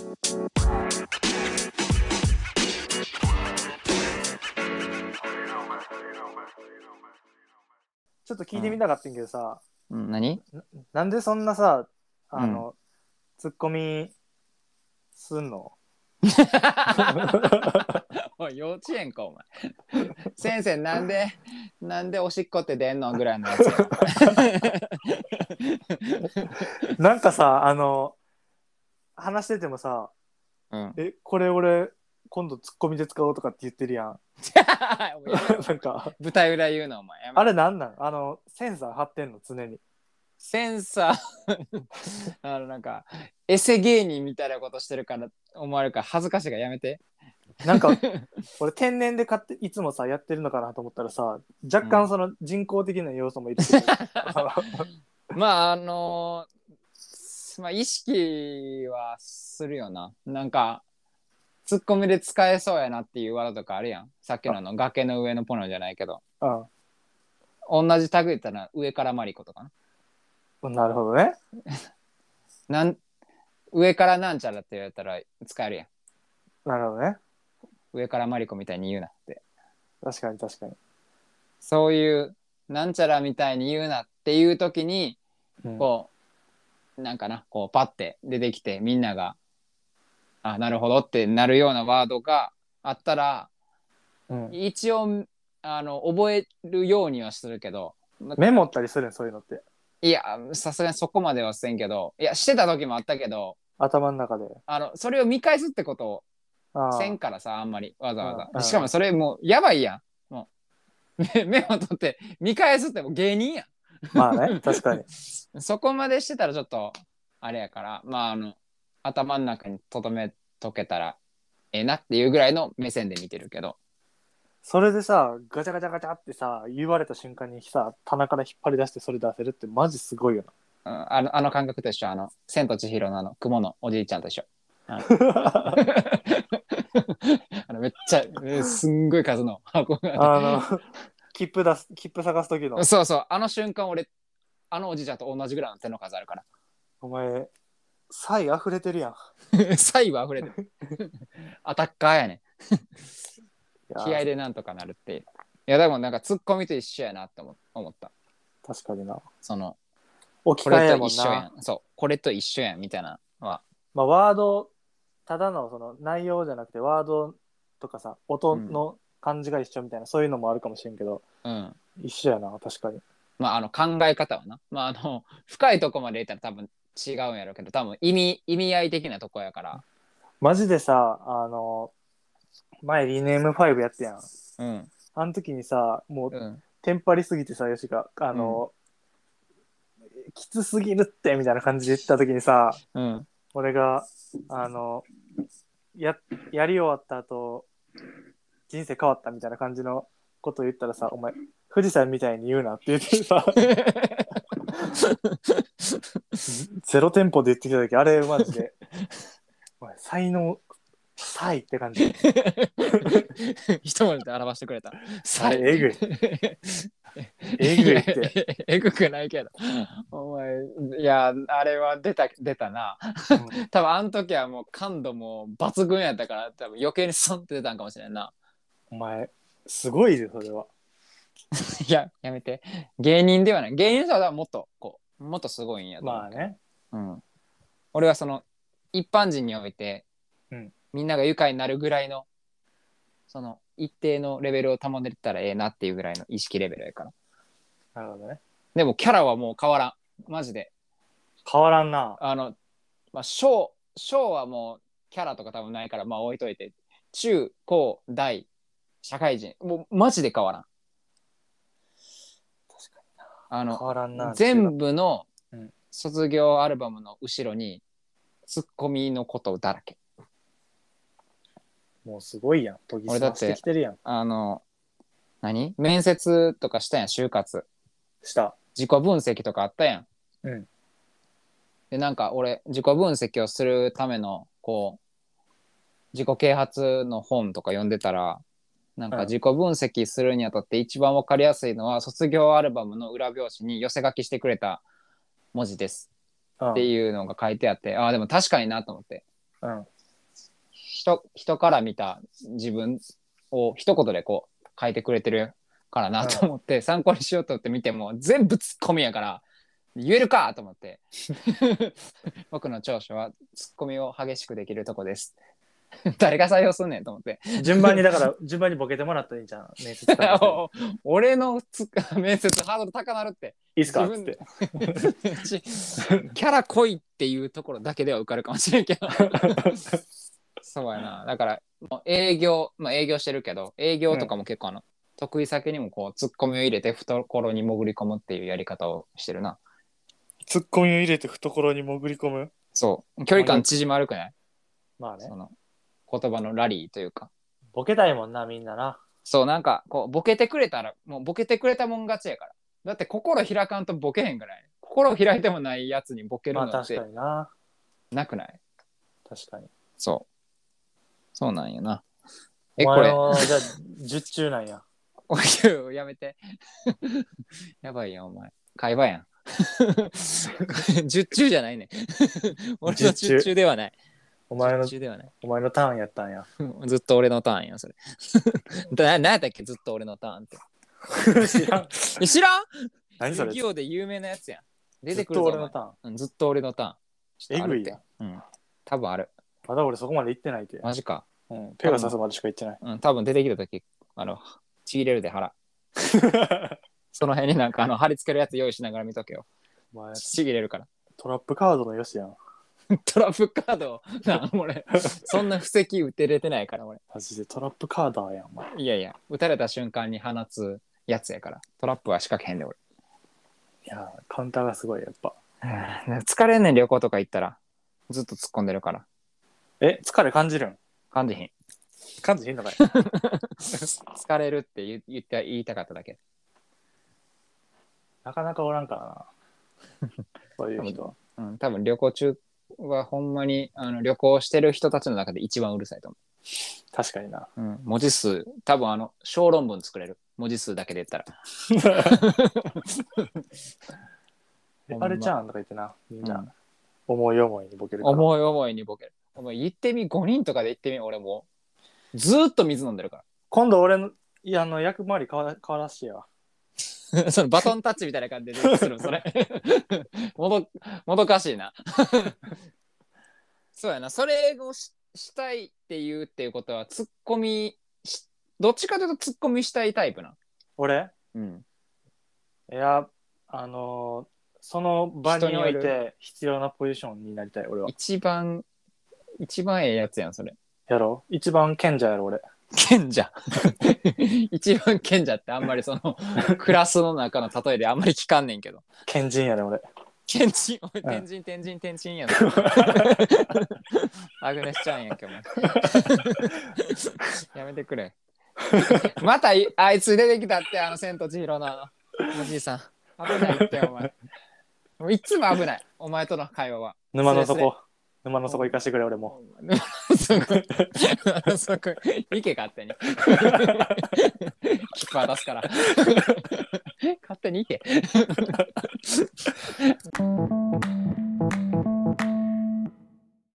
ちょっと聞いてみたかったんけどさ、 何？ なんでそんなさ、ツッコミすんの？ おい、幼稚園かお前。先生なんでおしっこって出んのぐらいのやつや。 なんかさ、話しててもさ、これ俺今度ツッコミで使おうとかって言ってるやん。なんか舞台裏言うのお前やめろ。 あれなんなん？センサー張ってんの常に。 センサーなんかエセ芸人みたいなことしてるから思われるから恥ずかしいからやめて。 なんか俺天然でいつもさやってるのかなと思ったらさ、若干その人工的な要素も入れてる。 まあまあ意識はするよな。なんかツッコミで使えそうやなっていうワードとかあるやん。さっきの崖の上のポニョじゃないけど、同じタグ言ったら上からマリコとかな。 なるほどね。 上からなんちゃらって言われたら使えるやん。 なるほどね。 上からマリコみたいに言うなって。 確かに確かに。 そういうなんちゃらみたいに言うなっていう時に、こうなんかな、こうパッて出てきてみんながあ、なるほどってなるようなワードがあったら、一応覚えるようにはするけど。 メモったりするんそういうのって？ いや、さすがにそこまではせんけど、いやしてた時もあったけど、 頭の中でそれを見返すってことをせんからさ、あんまりわざわざ。しかもそれもうやばいやん。もうメモ取って見返すってもう芸人やん。 まあね、確かに。 そこまでしてたらちょっとあれやから、まあ頭の中に留めとけたらええなっていうぐらいの目線で見てるけど。 それでさ、ガチャガチャガチャってさ、言われた瞬間にさ、棚から引っ張り出してそれ出せるってマジすごいよあの感覚と一緒。千と千尋の雲のおじいちゃんと一緒。めっちゃすんごい数の箱が切符探す時の。 そうそう、あの瞬間俺おじいちゃんと同じぐらいの手の数あるから。 お前サイ溢れてるやん。 サイは溢れてる。アタッカーやね。気合でなんとかなるっていう。いやでもなんかツッコミと一緒やなって思った。 確かにな。 その置き換えやもんな。 これと一緒やん。そう、これと一緒やんみたいなのは。 まあワード、ただのその内容じゃなくてワードとかさ、音の感じが一緒みたいな、そういうのもあるかもしれんけど、一緒やな、確かに。 まあ考え方はな、まあ深いとこまで言ったら多分違うんやろうけど、多分意味合い的なとこやから。 マジでさ、前リネーム5やってやん。あの時にさ、もう、テンパりすぎてさ、よしが、きつすぎるってみたいな感じで言った時にさ、俺がやり終わった後人生変わったみたいな感じのことを言ったらさ、お前富士山みたいに言うなって言ってさゼロテンポで言ってきた時、あれマジでお前才能才って感じ。 一文字で表してくれた。 あれえぐいえぐいって。 えぐくないけど、お前、いやあれは出たな。多分あの時はもう感度も抜群やったから、多分余計にソンって出たんかもしれんな。 お前すごいよそれは。 いややめて、芸人ではない。芸人さはもっとすごいんやと思う。 まあね。 俺はその一般人において、みんなが愉快になるぐらいのその一定のレベルを保てたらええなっていうぐらいの意識レベルやから。 なるほどね。 でもキャラはもう変わらん。マジで変わらんな。 まあ小はもうキャラとか多分ないから、まあ置いといて、中高大社会人もうマジで変わらん。 確かにな。変わらんな。 全部の卒業アルバムの後ろにツッコミのことだらけ。 もうすごいやん。研ぎ澄ましてきてるやん。 面接とかしたやん。就活した自己分析とかあったやん。でなんか俺自己分析をするためのこう自己啓発の本とか読んでたら、なんか自己分析するにあたって一番わかりやすいのは卒業アルバムの裏表紙に寄せ書きしてくれた文字ですっていうのが書いてあって、ああでも確かになと思って、 人から見た自分を一言でこう書いてくれてるからなと思って参考にしようと思って見ても全部ツッコミやから言えるかと思って僕の長所はツッコミを激しくできるとこです誰が採用すんねんと思って順番にボケてもらったらいいんじゃん面接俺の面接ハードル高なるっていいっすかっつってキャラ濃いっていうところだけでは受かるかもしれんけどそうやなだから営業してるけど営業とかも結構得意先にもこうツッコミを入れて懐に潜り込むっていうやり方をしてるな。 ツッコミを入れて懐に潜り込む。 そう距離感縮まるくない？ まあね。 その言葉のラリーというか。 ボケたいもんなみんなな。 そうなんかこうボケてくれたらもうボケてくれたもん勝ちやから。だって心開かんとボケへんからね。心を開いてもないやつにボケるのって、 まあ、確かになくない？ 確かに。 そうなんやな。 これじゃあ10中なんや。 おいやめてやばいやんお前会話やん10中じゃないね俺の10中ではないお前のターンやったんやずっと俺のターンやそれ何やったっけずっと俺のターンって知らん何それ遊戯王で有名なやつやん出てくるぞずっと俺のターンえぐいやん多分あるまだ俺そこまで行ってないけマジかペガサスまでしか行ってない多分出てきた時ちぎれるで腹その辺になんか貼り付けるやつ用意しながら見とけよちぎれるからトラップカードのよしやんトラップカードな俺そんな布石打てれてないから俺マジでトラップカードやんお前いや打たれた瞬間に放つやつやからトラップは仕掛けへんで俺いやカウンターがすごいやっぱ疲れんねん旅行とか行ったらずっと突っ込んでるから疲れ感じるん感じひんのかい疲れるって言いたかっただけなかなかおらんからなそういう人は多分旅行中はほんまに旅行してる人たちの中で一番うるさいと思う確かにな、 文字数多分小論文作れる文字数だけで言ったらあれちゃうんとか言ってなみんな、思い思いにボケるから思い思いにボケるお前言ってみ5人とかで言ってみ俺もうずーっと水飲んでるから今度俺の役回り変わらしてやそのバトンタッチみたいな感じでするそれもどかしいなそうやなそれをしたいっていうことはツッコミどっちかというとツッコミしたいタイプな俺いやその場において必要なポジションになりたい俺は一番ええやつやんそれやろ一番賢者やろ俺賢者一番賢者ってあんまりそのクラスの中の例えであんまり聞かんねんけど賢人やね俺賢人おい天神やなアグネスちゃんやんけお前やめてくれまたあいつ出てきたって千と千尋のおじいさん危ないってお前もういつも危ないお前との会話は沼の底行かしてくれ俺もそこ行け勝手に切符渡すから勝手に行け